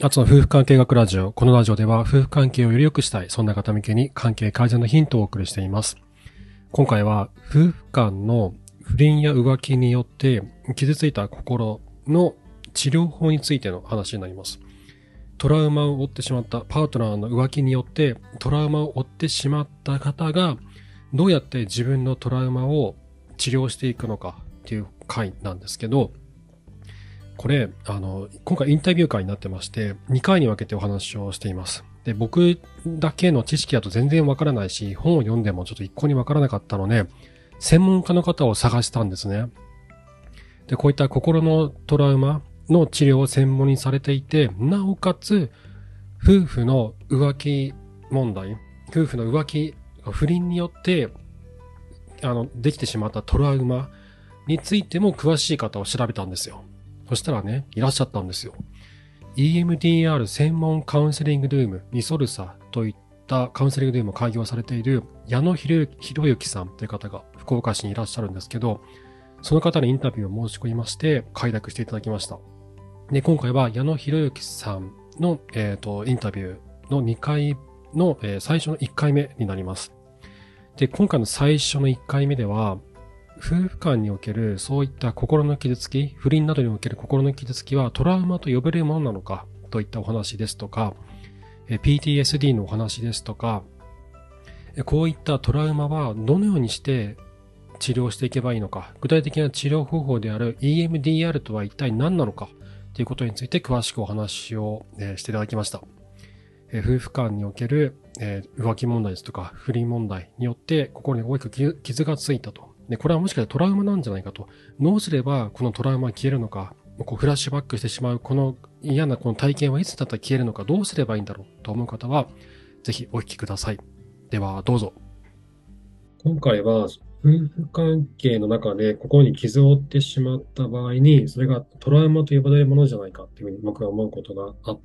アツの夫婦関係学ラジオ。このラジオでは夫婦関係をより良くしたい、そんな方向けに関係改善のヒントをお送りしています。今回は夫婦間の不倫や浮気によって傷ついた心の治療法についての話になります。トラウマを負ってしまったパートナーの浮気によってトラウマを負ってしまった方がどうやって自分のトラウマを治療していくのかっていう回なんですけど、これ、今回インタビュー会になってまして、2回に分けてお話をしています。で、僕だけの知識だと全然わからないし、本を読んでもちょっと一向にわからなかったので、専門家の方を探したんですね。で、こういった心のトラウマの治療を専門にされていて、なおかつ、夫婦の浮気問題、夫婦の浮気、不倫によって、できてしまったトラウマについても詳しい方を調べたんですよ。そしたらね、いらっしゃったんですよ。EMDR 専門カウンセリングルーム、リソルサといったカウンセリングルームを開業されている矢野博之さんという方が福岡市にいらっしゃるんですけど、その方にインタビューを申し込みまして、快諾していただきました。で、今回は矢野博之さんの、インタビューの2回の、最初の1回目になります。で、今回の最初の1回目では、夫婦間におけるそういった心の傷つき、不倫などにおける心の傷つきはトラウマと呼べるものなのかといったお話ですとか、PTSD のお話ですとか、こういったトラウマはどのようにして治療していけばいいのか、具体的な治療方法である EMDR とは一体何なのかということについて詳しくお話をしていただきました。夫婦間における浮気問題ですとか不倫問題によって心に大きく傷がついたと。で、これはもしかしたらトラウマなんじゃないかと。どうすればこのトラウマが消えるのか、フラッシュバックしてしまうこの嫌なこの体験はいつだったら消えるのか、どうすればいいんだろうと思う方は、ぜひお聞きください。では、どうぞ。今回は、夫婦関係の中で心に傷を負ってしまった場合に、それがトラウマと呼ばれるものじゃないかっていうふうに僕は思うことがあって、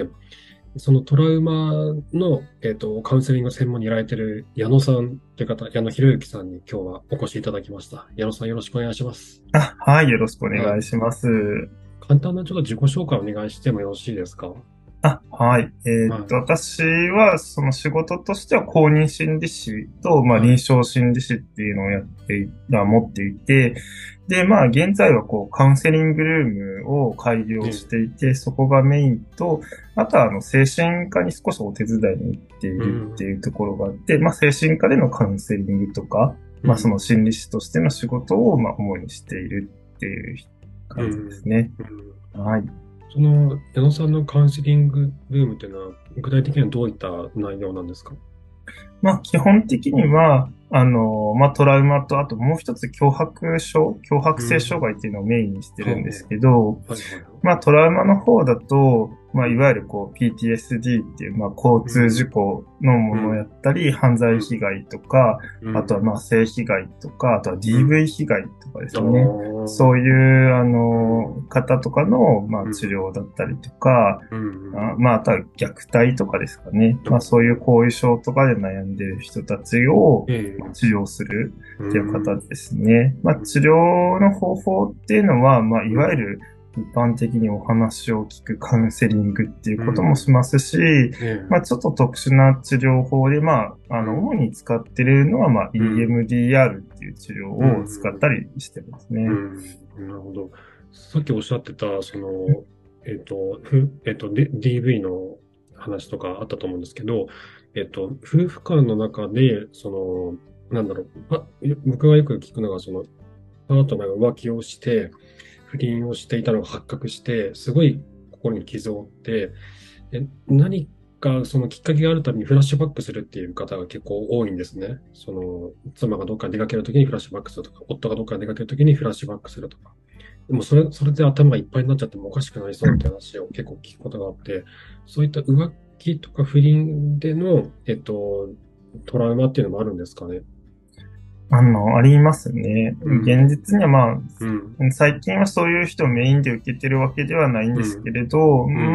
そのトラウマの、カウンセリングを専門にやられている矢野さんという方、矢野博之さんに今日はお越しいただきました。矢野さんよろしくお願いします。 はい、よろしくおはい。 願いします。 簡単なちょっと自己紹介をお願いしてもよろしいですか？ はい。 はい。 私は、その仕事としては公認心理師と、臨はい。 床心理師っていうのを持っていて、で、現在はカウンセリングルームを開業ね。 していて、そこがメインと、あとは、精神科に少しお手伝いに行っていうるってん。 いうところがあって、精神科でのカウンセリングとか、そのうん。 心理師としての仕事を、主にしているっていう感じですうん。 ね。 うん。 はい。 その矢野さんのカウンセリングルームっていうのは具体的にはどういった内容なんですか？ 基本的には、トラウマと、あともう一つ強迫性障うん。 害っていうのをメインにしてはるんですけど、 あ、はいはいはい。 トラウマの方だと、いわゆるPTSD っていう、交通事うん。 故のものやうん。 ったり、犯罪被うん。 害とか、あとはうん。 性被害とか、あとはうん。 DV 被害とかでああ。 すね。そういう、 うん。 方とかの、治うん。 療だったりとか、 うん。 あとは虐待とかですかね。 ああ。 そういう後遺症とかで悩んでいる人たちを、 ええ。 治療するうっていう方ん。 ですね。治療の方法っていうのは、いうん。 わゆる一般的にお話を聞くカウンセリングっていううこともしん。 ますし、 ええ。 ちょっと特殊な治療法で、 うん。 主に使ってるのは、 うん。 EMDR っていう治療うを使ったん。 りしてますね。 うん。なるほど。さっきおっしゃってた、その、DV の話とかあったと思うんですけど、夫婦間の中で、その、なんだろう、僕がよく聞くのが、その、パートナーが浮気をして、不倫をしていたのが発覚して、すごい心に傷を負って、何かそのきっかけがあるたびにフラッシュバックするっていう方が結構多いんですね。その、妻がどっかに出かけるときにフラッシュバックするとか、夫がどっかに出かけるときにフラッシュバックするとか。でもそれで頭がいっぱいになっちゃってもおかしくなりそうって話を結構聞くことがあって、そういった浮気とか不倫での、トラウマっていうのもあるんですかね。 ありますね。 うん、 現実にはうん、 最近はそういう人をメインで受けてるわけではないんですけうん、 れど、 うん、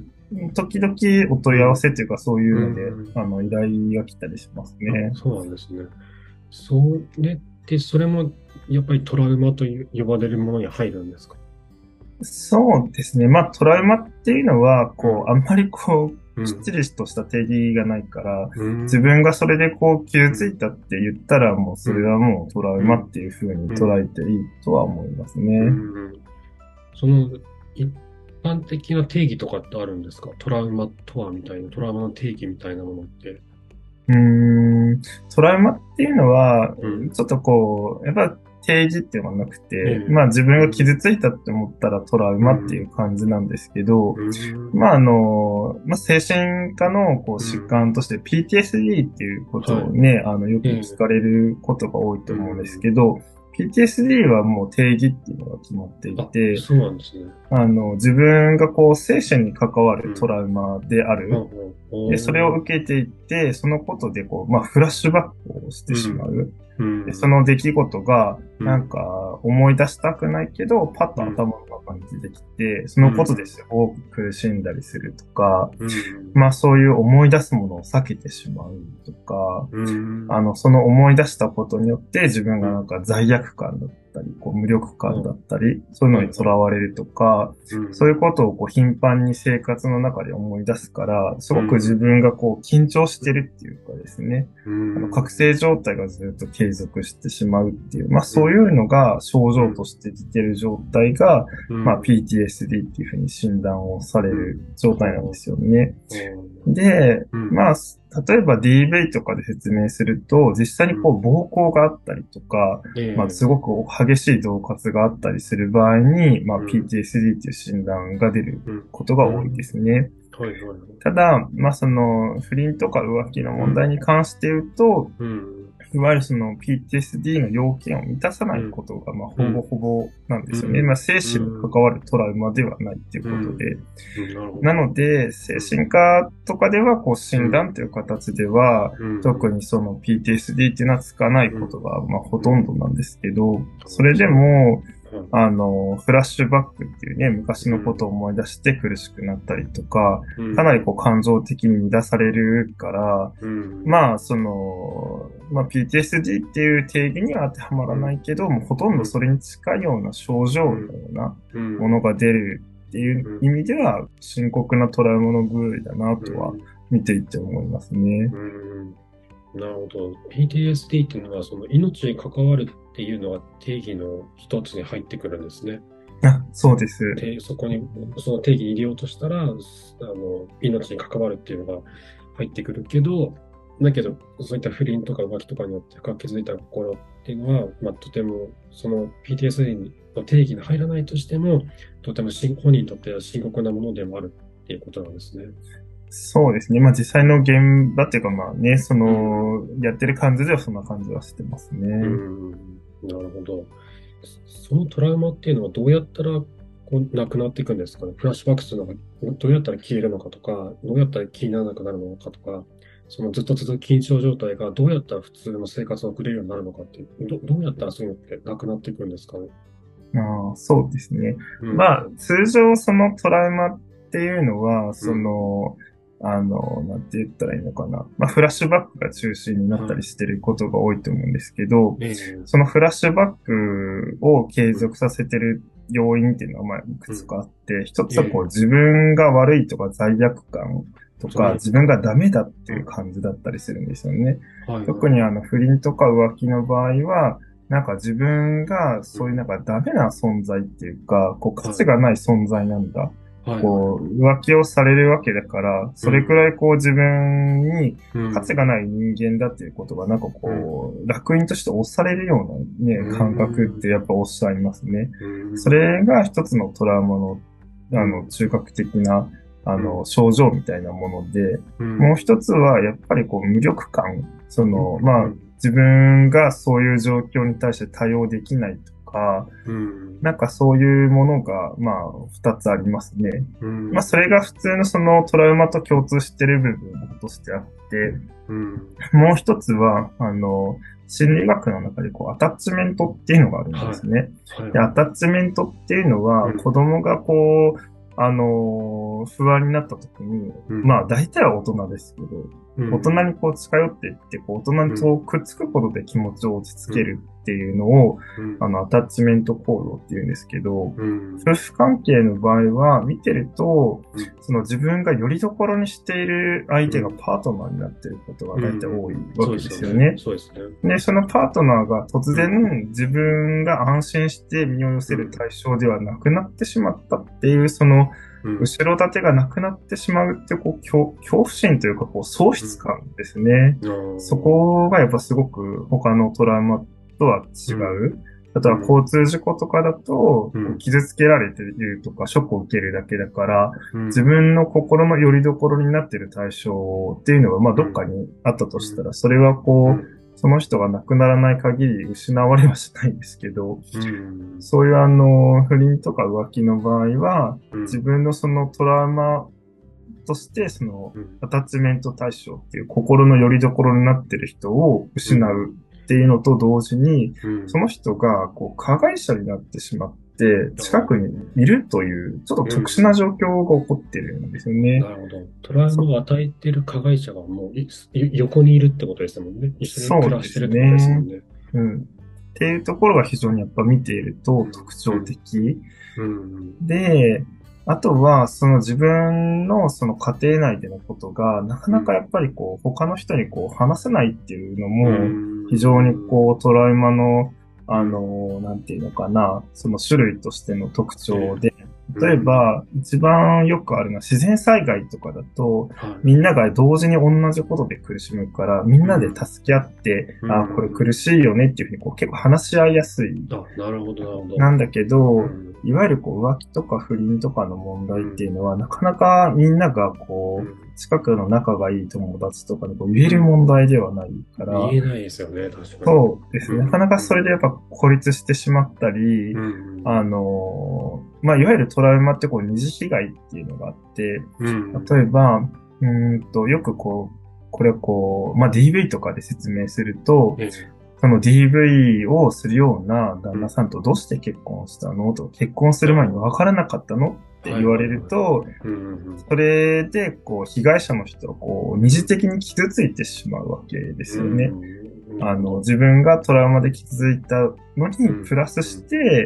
時々お問い合わうん、 せというかそういううので、 ん。 依頼が来たりしますあ、 ね。 そうなんですね。それって、それもやっぱりトラウマと呼ばれるものに入るんですか？ そうですね。まあ、トラウマっていうのは、あんまりきっうん。 ちりとした定義がないから、 うん。 自分がそれで傷ついうん。 たって言ったら、もうそれはもうトラウうん。 マっていう風にうん。 捉えていいとは思いますね。 うん。その、一般的な定義とかってあるんですか？トラウマとはみたいな、トラウマの定義みたいなものって。 うーん、トラウマっていうのは、 うん。 ちょっとやっぱ定義っていうのはなくて、 ええ。 まあ自分が傷うん。 ついたって思ったらトラウマっていううん。 感じなんですけど、 うん。 まあまあ精神科の疾うん。 患として PTSD っていうことはをね、よい。 く聞かれることが多いとう思うんですん。 けど、PTSD はもう定義っていうのが決まっていあ、 て、 そうなんですね。 自分が生死に関わるトうん。 ラウマである。 うん。 で、それをおー。 受けていって、そのことでまあフラッシュバックをしてうん。 しまう。 うで、そん。 の出来事が、 うん。 なんか思い出したくないけど、パッとうん。 頭の中に出てきて、そのことでうん。 すごく苦しんだりするとか、 うん。 まあそういう思い出すものを避けてしまうとか、 うん。 その思い出したことによって自分うん。 がなんか罪悪感だったり、無力感だあ、 ったり、そういうのにとはいはい。 らわれるとか、 うん。 そういうことを頻繁に生活の中で思い出すから、すうごく自ん。 分が緊張してるっていうかですね、 うん。 覚醒状態がずっと継続してしまうっていう、まあうん。 そういうのが症うん。 状として出てる状態が、まあうん。 PTSD っていうふうに診断をされうん。 る状態なんですよね。 ああ。 で、 うん。 まあ、例えば DV とかで説明すると、実際にうん。 暴行があったりとか、まあ、すええ。 ごく激しい恫喝があったりする場合に、まあ、 うん。 PTSD っていう診断が出るうん。 ことが多いでうん。 すね。 はいはいはい。 ただ、まあ、不倫とか浮気の問題うん。 に関して言うと、 うん。 いわゆるその PTSD の要件を満たさないうん。 ことが、まあ、ほぼうん。 ほぼなんですよね。まあ、 うん。 生死に関わるトラウマではないっていううん。 ことで。 うん。なるほなど。 ので、精うん。 神科とかでは、診断うん。 という形では、 うん。 特にその PTSD っていうのはつかないうん。 ことが、まあ、ほうん。 とんどなんですけど、 あ、 それでそうなんも、 だ。はい。 フラッシュバックっていうね、昔のことをうん。 思い出して苦しくなったりとか、 うかなりん。 感情的に乱されるから、 うん。 まあ、まあ、PTSD っていう定義には当てはまらうん。 ないけど、もうほとんうん。 どそれに近いような症状のようん。 うなうん。 ものが出るっていう意うん。 味では、深刻なトラウマの部類だなとはうん。 見ていて思いますね。 うん。なるほど。PTSD っていうのは、その命に関わるっていうのが定義の一つに入ってくるんですね。 あ、そうです。 で、そこに、その定義に入れようとしたら、命に関わるっていうのが入ってくるけど、だけど、そういった不倫とか浮気とかによって深く築いた心っていうのは、まあ、とても、その PTSD の定義に入らないとしても、とても本人にとっては深刻なものでもあるっていうことなんですね。 そうですね。まあ実際の現場っていうかまあね、 うん。 やってる感じではそんな感じはしてますうね。 ん。なるほど。そのトラウマっていうのはどうやったらなくなっていくんですかね。フラッシュバックするのがどうやったら消えるのかとか、どうやったら気にならなくなるのかとか、そのずっと続く緊張状態がどうやったら普通の生活を送れるようになるのかっていう、どうやったらそういうのってなくなっていくんですかね。 ああ、そうですね。 うん。 まあ通常そのトラウマっていうのは、 うん。 なんて言ったらいいのかな。まあフラッシュバックが中心になったはりしてることが多いと思うんですけど、 い。ええ。 そのフラッシュバックを継うん。 続させてる要因っていうのはまあいくうん。 つかあって、一つはええ。 自分が悪いとか罪悪感とか自分罪悪感。 がダメだっていううん。 感じだったりするんですよね。 はいはい。 特に不倫とか浮気の場合は、なんか自分がうん。 そういうなんかダメな存在っていうか、価値はい。 がない存在なんだ。 はいはいはい。 浮気をされるわけだから、それくらうん。 い自分にうん。 価値がない人間だっていうことがなんかうん。 楽印として押されるようなうね、感覚ってん。 やっぱおっしゃいますね。 うそん。 れが一つのトラウマの、 うん。 中核的な、 うん。 症状みたいなもので、もううん。 一つはやっぱり無力感。 うん。 まあ、 うん。 自分がそういう状況に対して対応できないとか、 うん。 なんかそういうものが、まあ、二つありますね。 うん。 まあ、それが普通のそのトラウマと共通している部分としてあって、 うん。 もう一つは、心理学の中でアタッチメントっていうのがあるんではい。 すね。で、アはいはい。 タッチメントっていうのは、子うん。 供が不安になった時に、 うん。 まあ、大体は大人ですけど、 大人にこう近寄っていって、こう大人とくっつくことで気持ちを落ち着けるっていうのを、アタッチメント行動っていうんですけど、夫婦関係の場合は見てると、その自分が拠り所にしている相手がパートナーになっていることが大体多いわけですよね。 そうですね。 で、そのパートナーが突然自分が安心して身を寄せる対象ではなくなってしまったっていう、その後ろ盾がなくなってしまうっていう、こう、恐怖心というか、こう、喪失感ですね。そこがやっぱすごく他のトラウマとは違う。あとは交通事故とかだと、傷つけられているとか、ショックを受けるだけだから、自分の心の拠り所になっている対象っていうのが、まあ、どっかにあったとしたら、それはこう、その人が亡くならない限り失われはしないんですけど、そういう不倫とか浮気の場合は、自分のそのトラウマとして、その、アタッチメント対象っていう心の拠り所になっている人を失うっていうのと同時に、その人がこう加害者になってしまって、近くにいるという、ちょっと特殊な状況が起こってるんですよね。 なるほど。トラウマを与えている加害者がもう横にいるってことですもんね。一緒に暮らしてるってことですもんね。 っていうところが非常にやっぱ見ていると特徴的。で、あとは、その自分のその家庭内でのことが、なかなかやっぱりこう、他の人にこう話せないっていうのも、非常にこう、トラウマの、なんていうのかな、その種類としての特徴で、例えば、一番よくあるのは自然災害とかだと、みんなが同時に同じことで苦しむから、みんなで助け合って、これ苦しいよねっていうふうにこう結構話し合いやすい。 なるほど、なるほど。 なんだけど、いわゆるこう浮気とか不倫とかの問題っていうのは、なかなかみんながこう、近くの仲がいい友達とかにこう言える問題ではないから。 言えないですよね、確かに。 そうですね。なかなかそれでやっぱ孤立してしまったり、まあ、いわゆるトラウマってこう二次被害っていうのがあって、例えば、よくこう、これをこう、まあ、DV とかで説明すると、その DV をするような旦那さんとどうして結婚したのと、結婚する前に分からなかったのって言われると、それで、こう、被害者の人は、こう、二次的に傷ついてしまうわけですよね。自分がトラウマで傷ついたのに、プラスして、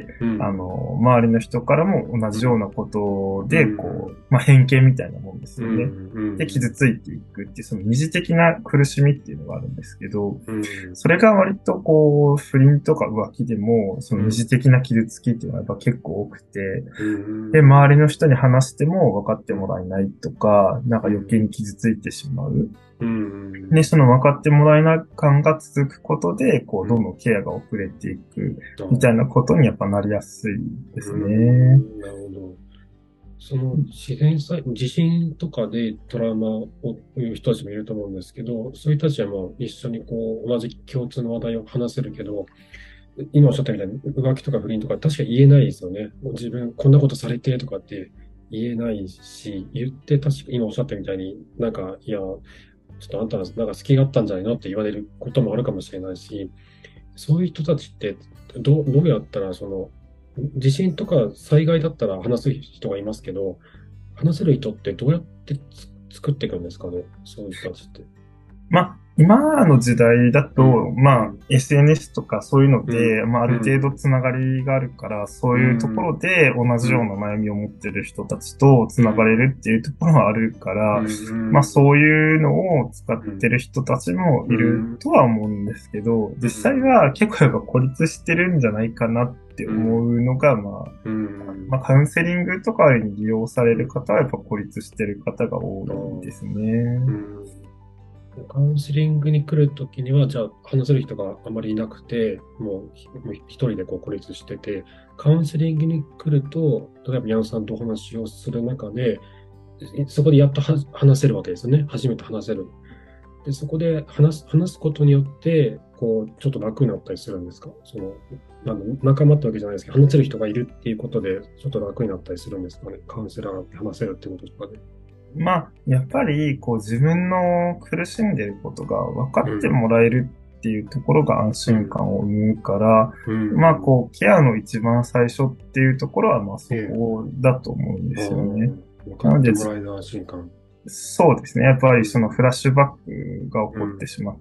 周りの人からも同じようなことで、こう、まあ、偏見みたいなもんですよね。で、傷ついていくっていう、その二次的な苦しみっていうのがあるんですけど、それが割とこう、不倫とか浮気でも、その二次的な傷つきっていうのはやっぱ結構多くて、で、周りの人に話しても分かってもらえないとか、なんか余計に傷ついてしまう。で、その分かってもらえない感が続くことで、こう、どんどんケアが遅れていく、みたいなことにやっぱなりやすいですね。 なるほど。その地震とかでトラウマをいう人たちもいると思うんですけど、そういう人たちはもう一緒にこう、同じ共通の話題を話せるけど、今おっしゃったみたいに浮気とか不倫とか確か言えないですよね。自分こんなことされてとかって言えないし、言って確か今おっしゃったみたいになんか、いや、ちょっとあんたなんか隙があったんじゃないのって言われることもあるかもしれないし、そういう人たちってどうやったら地震とか災害だったら話す人がいますけど、話せる人ってどうやって作っていくんですかね、そういう人たちって。 まあ、今の時代だと、まあ、SNS とかそういうので、まあ、ある程度つながりがあるから、そういうところで同じような悩みを持ってる人たちとつながれるっていうところはあるから、まあ、そういうのを使ってる人たちもいるとは思うんですけど、実際は結構やっぱ孤立してるんじゃないかなって思うのが、まあ、カウンセリングとかに利用される方はやっぱ孤立してる方が多いですね。 カウンセリングに来るときには、じゃあ話せる人があまりいなくて、もう一人でこう孤立してて、カウンセリングに来ると、例えば矢野さんとお話をする中で、そこでやっと話せるわけですよね。初めて話せる。で、そこで話すことによって、こう、ちょっと楽になったりするんですか？仲間ってわけじゃないですけど、話せる人がいるっていうことで、ちょっと楽になったりするんですかね。カウンセラーって話せるってこととかで。 まあ、やっぱり、こう自分の苦しんでることが分かってもらえるっていうところが安心感を生むから、まあ、こう、ケアの一番最初っていうところは、まあ、そこだと思うんですよね。 分かってもらえる安心感。 そうですね。やっぱりそのフラッシュバックが起こってしまって、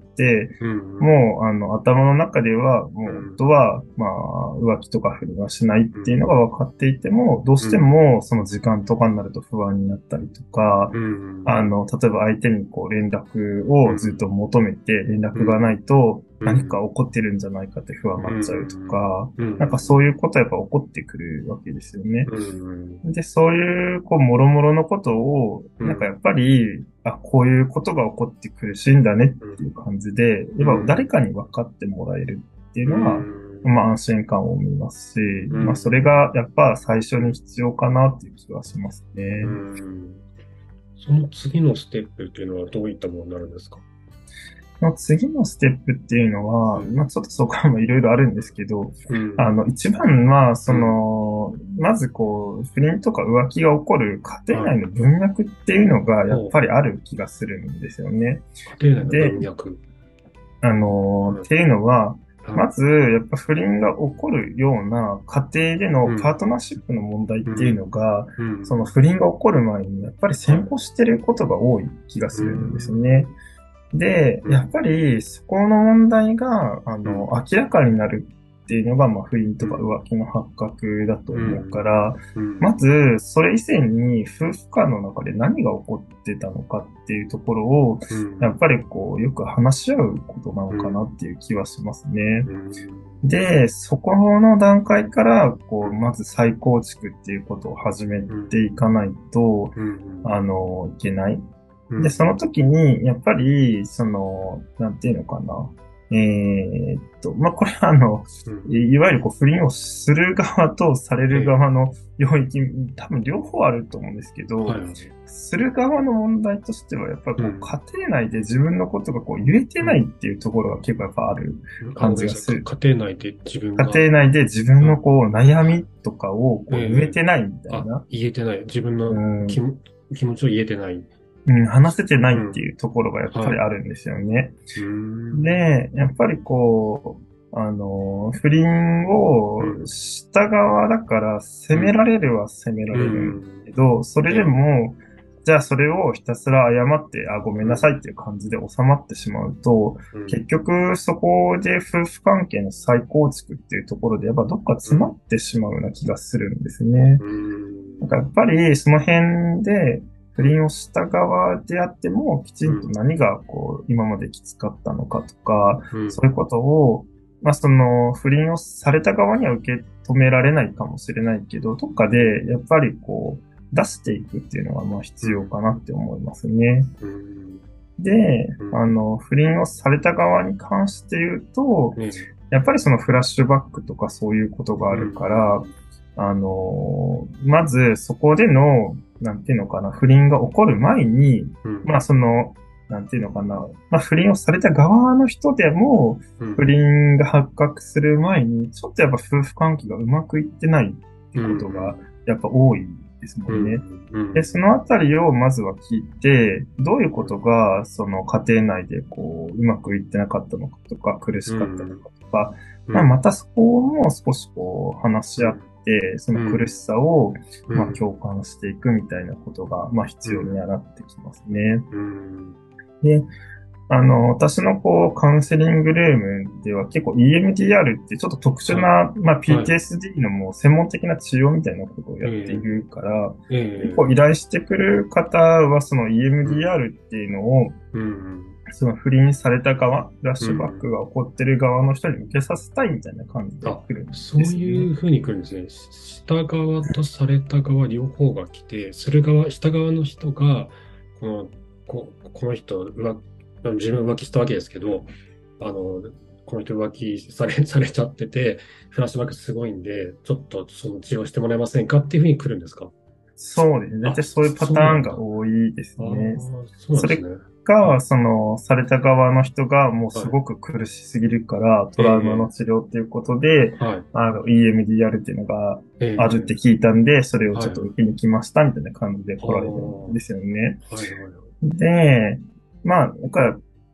もう、頭の中では、もう、夫は、まあ、浮気とか不倫はしないっていうのが分かっていても、どうしても、その時間とかになると不安になったりとか、例えば相手にこう連絡をずっと求めて、連絡がないと何か起こってるんじゃないかって不安になっちゃうとか、なんかそういうことはやっぱ起こってくるわけですよね。で、そういう、こう、諸々のことを、なんかやっぱり、こういうことが起こって苦しいんだねっていう感じで、やっぱ誰かに分かってもらえるっていうのは、まあ安心感を生みますし、まあそれがやっぱ最初に必要かなっていう気はしますね。 その次のステップっていうのはどういったものになるんですか？ 次のステップっていうのは、まあちょっとそこはもいろいろあるんですけど、一番は、まずこう、不倫とか浮気が起こる家庭内の文脈っていうのがやっぱりある気がするんですよね。 家庭内の文脈。 っていうのは、まず、やっぱ不倫が起こるような家庭でのパートナーシップの問題っていうのが、その不倫が起こる前にやっぱり先行してることが多い気がするんですね。で、やっぱりそこの問題が、明らかになるっていうのが、まあ、不倫とか浮気の発覚だと思うから、まず、それ以前に夫婦間の中で何が起こってたのかっていうところを、やっぱりこう、よく話し合うことなのかなっていう気はしますね。で、そこの段階から、こう、まず再構築っていうことを始めていかないと、いけない。で、その時に、やっぱり、なんていうのかな。まあ、これいわゆるこう不倫をする側とされる側の領域、多分両方あると思うんですけど、する側の問題としては、やっぱりこう家庭内で自分のことがこう言えてないっていうところが結構やっぱある感じがする。 家庭内で自分が。 家庭内で自分のこう悩みとかをこう言えてないみたいな。 言えてない。自分の気持ちを言えてない。 話せてないっていうところがやっぱりあるんですよね。で、やっぱりこう、不倫をした側だから責められるは責められるんだけど、それでも、じゃあそれをひたすら謝って、ごめんなさいっていう感じで収まってしまうと、結局そこで夫婦関係の再構築っていうところでやっぱどっか詰まってしまうような気がするんですね。なんかやっぱりその辺で、不倫をした側であっても、きちんと何がこう、今まできつかったのかとか、そういうことを、まあ不倫をされた側には受け止められないかもしれないけど、どっかでやっぱりこう、出していくっていうのがまあ必要かなって思いますね。で、不倫をされた側に関して言うと、やっぱりそのフラッシュバックとかそういうことがあるから、まずそこでの、なんていうのかな、不倫が起こる前に、まあなんていうのかな、まあ不倫をされた側の人でも、不倫が発覚する前に、ちょっとやっぱ夫婦関係がうまくいってないってことが、やっぱ多いですもんね。で、そのあたりをまずは聞いて、どういうことが、その家庭内でこう、うまくいってなかったのかとか、苦しかったのかとか、まあまたそこも少しこう、話し合って、その苦しさを、まあ、共感していくみたいなことが、まあ、必要になってきますね。で、私のこう、カウンセリングルームでは結構 EMDR ってちょっと特殊な、まあ、PTSD のもう専門的な治療みたいなことをやっているから、結構依頼してくる方はその EMDR っていうのを、その不倫された側、フラッシュバックが起こってる側の人に受けさせたいみたいな感じで来るんですね。 そういう風に来るんですね。した側とされた側両方が来て、する側、した側の人が、この人、自分浮気したわけですけど、この人浮気されちゃってて、フラッシュバックすごいんで、ちょっとその治療してもらえませんかっていう風に来るんですか？ そうですね。大体そういうパターンが多いですね。それが、された側の人がもうすごく苦しすぎるから、トラウマの治療っていうことで、EMDR っていうのがあるって聞いたんで、それをちょっと受けに来ましたみたいな感じで来られるんですよね。で、まあ、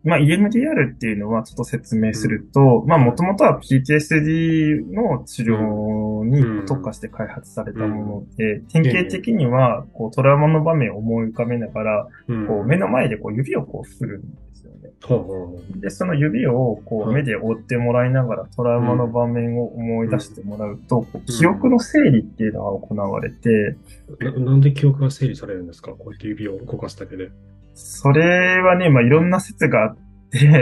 まあ、EMDR っていうのはちょっと説明すると、まあ、もともとは PTSD の治療に特化して開発されたもので、典型的には、こう、トラウマの場面を思い浮かべながら、こう、目の前でこう、指をこう、振るんですよね。で、その指をこう、目で追ってもらいながら、トラウマの場面を思い出してもらうと、記憶の整理っていうのが行われて、 なんで記憶が整理されるんですか？こうやって指を動かすだけで。 それはね、まあ、いろんな説があって、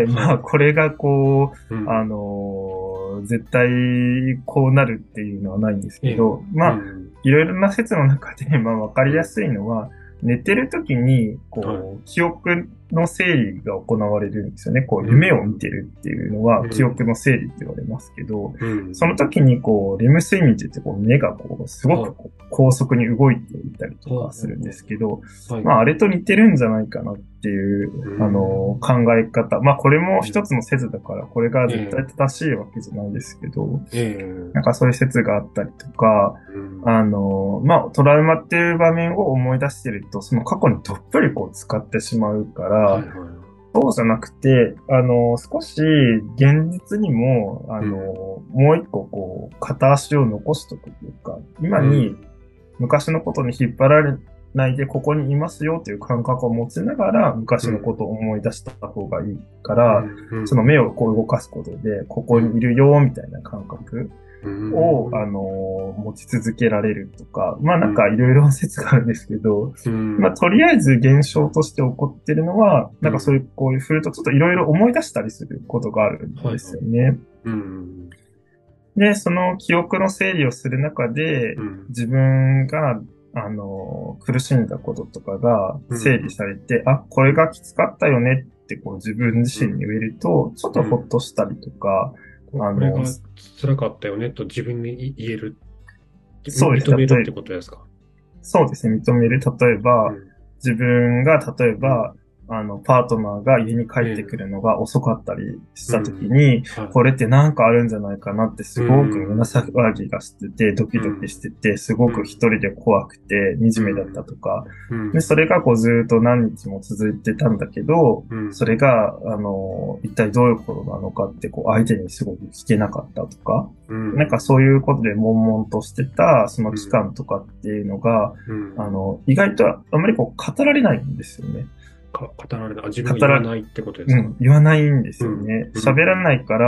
まあ、これがこう、絶対こうなるっていうのはないんですけど、まあ、いろいろな説の中で、まあ、わかりやすいのは、寝てる時に、こう、記憶の整理が行われるんですよね。こう、夢を見てるっていうのは、記憶の整理って言われますけど、その時に、こう、レム睡眠って言って、こう、目がこう、すごく高速に動いていたりとかするんですけど、まあ、あれと似てるんじゃないかなっていう、考え方。まあ、これも一つの説だから、これが絶対正しいわけじゃないですけど、なんかそういう説があったりとか、まあ、トラウマっていう場面を思い出してると、その過去にどっぷりこう使ってしまうから、そうじゃなくて、少し現実にも、もう一個こう、片足を残しとくというか、今に昔のことに引っ張られないでここにいますよという感覚を持ちながら昔のことを思い出した方がいいから、その目をこう動かすことで、ここにいるよみたいな感覚を、持ち続けられるとか、まあなんかいろいろな説があるんですけど、まあとりあえず現象として起こってるのは、なんかそういう、こういう振るとちょっといろいろ思い出したりすることがあるんですよね。で、その記憶の整理をする中で、自分が、苦しんだこととかが整理されて、あ、これがきつかったよねってこう自分自身に言えると、ちょっとほっとしたりとか、 これが辛かったよねと自分に言える。 そうです。 認めるってことですか？ そうですね。認める。例えば、自分が、例えば、パートナーが家に帰ってくるのが遅かったりした時に、これってなんかあるんじゃないかなってすごく胸騒ぎがしてて、ドキドキしてて、すごく一人で怖くて、惨めだったとか、で、それがこうずっと何日も続いてたんだけど、それが、一体どういうことなのかって、こう相手にすごく聞けなかったとか、なんかそういうことで悶々としてた、その期間とかっていうのが、意外とあまりこう語られないんですよね。 語られない。自分は言わないってことですか？ 言わないんですよね。喋らないから、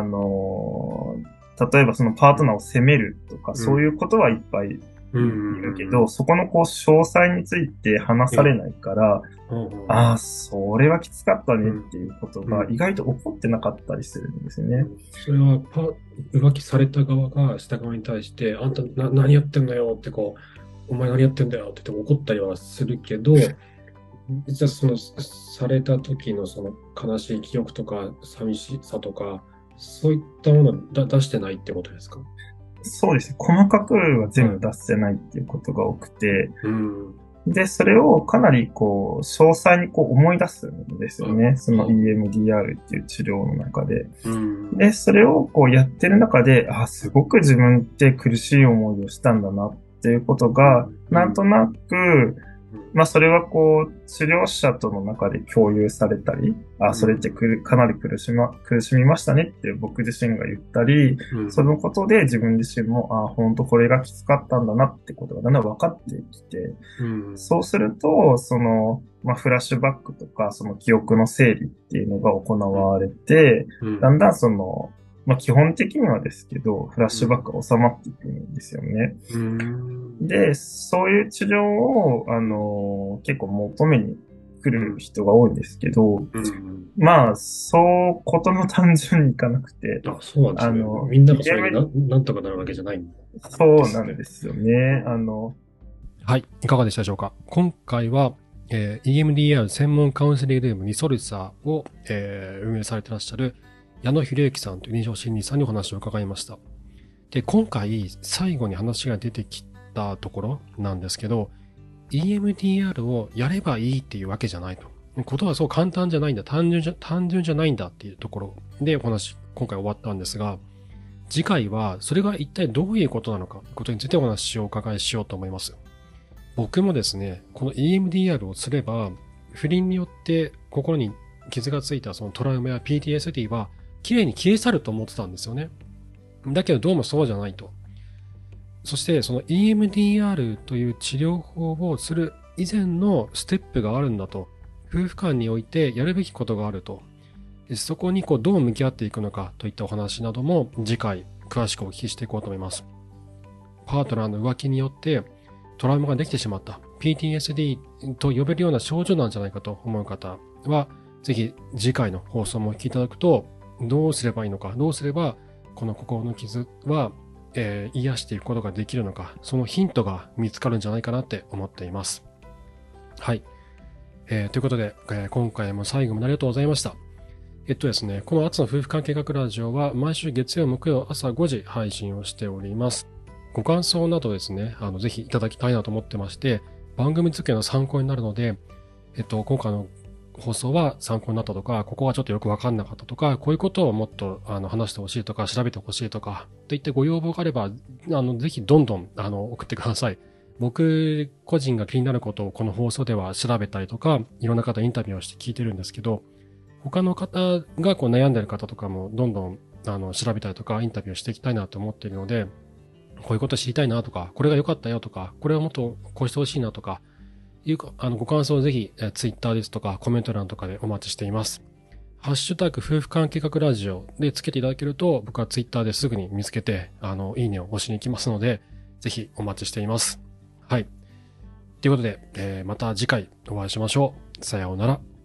例えばそのパートナーを責めるとか、そういうことはいっぱいいるけど、そこのこう詳細について話されないから、ああ、それはきつかったねっていうことが意外と起こってなかったりするんですよね。 それは浮気された側が下側に対して、あんた何やってんだよってこう、お前何やってんだよって言って怒ったりはするけど、実はそのされた時のその悲しい記憶とか寂しさとか、そういったものを出してないってことですか？ そうですね。細かくは全部出せないっていうことが多くて、で、それをかなりこう、詳細にこう思い出すんですよね。その EMDR っていう治療の中で。で、それをこうやってる中で、あ、すごく自分って苦しい思いをしたんだなっていうことが、なんとなく、まあそれはこう、治療者との中で共有されたり、あ、それってかなり苦しみましたねって僕自身が言ったり、そのことで自分自身も、あ、本当これがきつかったんだなってことがだんだん分かってきて、そうすると、まあフラッシュバックとか、その記憶の整理っていうのが行われて、だんだんまあ基本的にはですけど、フラッシュバックが収まっていくんですよね。で、そういう治療を、結構求めに来る人が多いんですけど、まあ、そうことの単純にいかなくて。 あ、そうなんですね。みんながそれでなんとかなるわけじゃないんですね。 そうなんですよね。 はい、いかがでしたでしょうか。今回は、EMDR 専門カウンセリングルームリソルサーを、運営されていらっしゃる矢野博之さんという臨床心理士さんにお話を伺いました。で、今回最後に話が出てきたところなんですけど、EMDR をやればいいっていうわけじゃないと。ことはそう簡単じゃないんだ、単純じゃないんだっていうところでお話、今回終わったんですが、次回はそれが一体どういうことなのかということについてお話をお伺いしようと思います。僕もですね、この EMDR をすれば、不倫によって心に傷がついたそのトラウマや PTSD は綺麗に消え去ると思ってたんですよね。だけどどうもそうじゃないと。そしてその EMDR という治療法をする以前のステップがあるんだと。夫婦間においてやるべきことがあると。そこにどう向き合っていくのかといったお話なども次回詳しくお聞きしていこうと思います。パートナーの浮気によってトラウマができてしまった PTSD と呼べるような症状なんじゃないかと思う方は、ぜひ次回の放送もお聞きいただくと、どうすればいいのか、どうすればこの心の傷は、癒していくことができるのか、そのヒントが見つかるんじゃないかなって思っています。はい。ということで、今回も最後までありがとうございました。ですね、このアツの夫婦関係学ラジオは毎週月曜、木曜朝5時配信をしております。ご感想などですね、ぜひいただきたいなと思ってまして、番組作りの参考になるので、今回の放送は参考になったとか、ここはちょっとよくわかんなかったとか、こういうことをもっと話してほしいとか、調べてほしいとか、といってご要望があれば、ぜひどんどん送ってください。僕個人が気になることをこの放送では調べたりとか、いろんな方インタビューをして聞いてるんですけど、他の方が悩んでる方とかもどんどん調べたりとかインタビューしていきたいなと思っているので、こういうこと知りたいなとか、これが良かったよとか、これはもっとこうしてほしいなとか、ご感想をぜひ、ツイッターですとかコメント欄とかでお待ちしています。ハッシュタグ夫婦関係学ラジオでつけていただけると、僕はツイッターですぐに見つけて、いいねを押しに行きますので、ぜひお待ちしています。はい。ということで、また次回お会いしましょう。さようなら。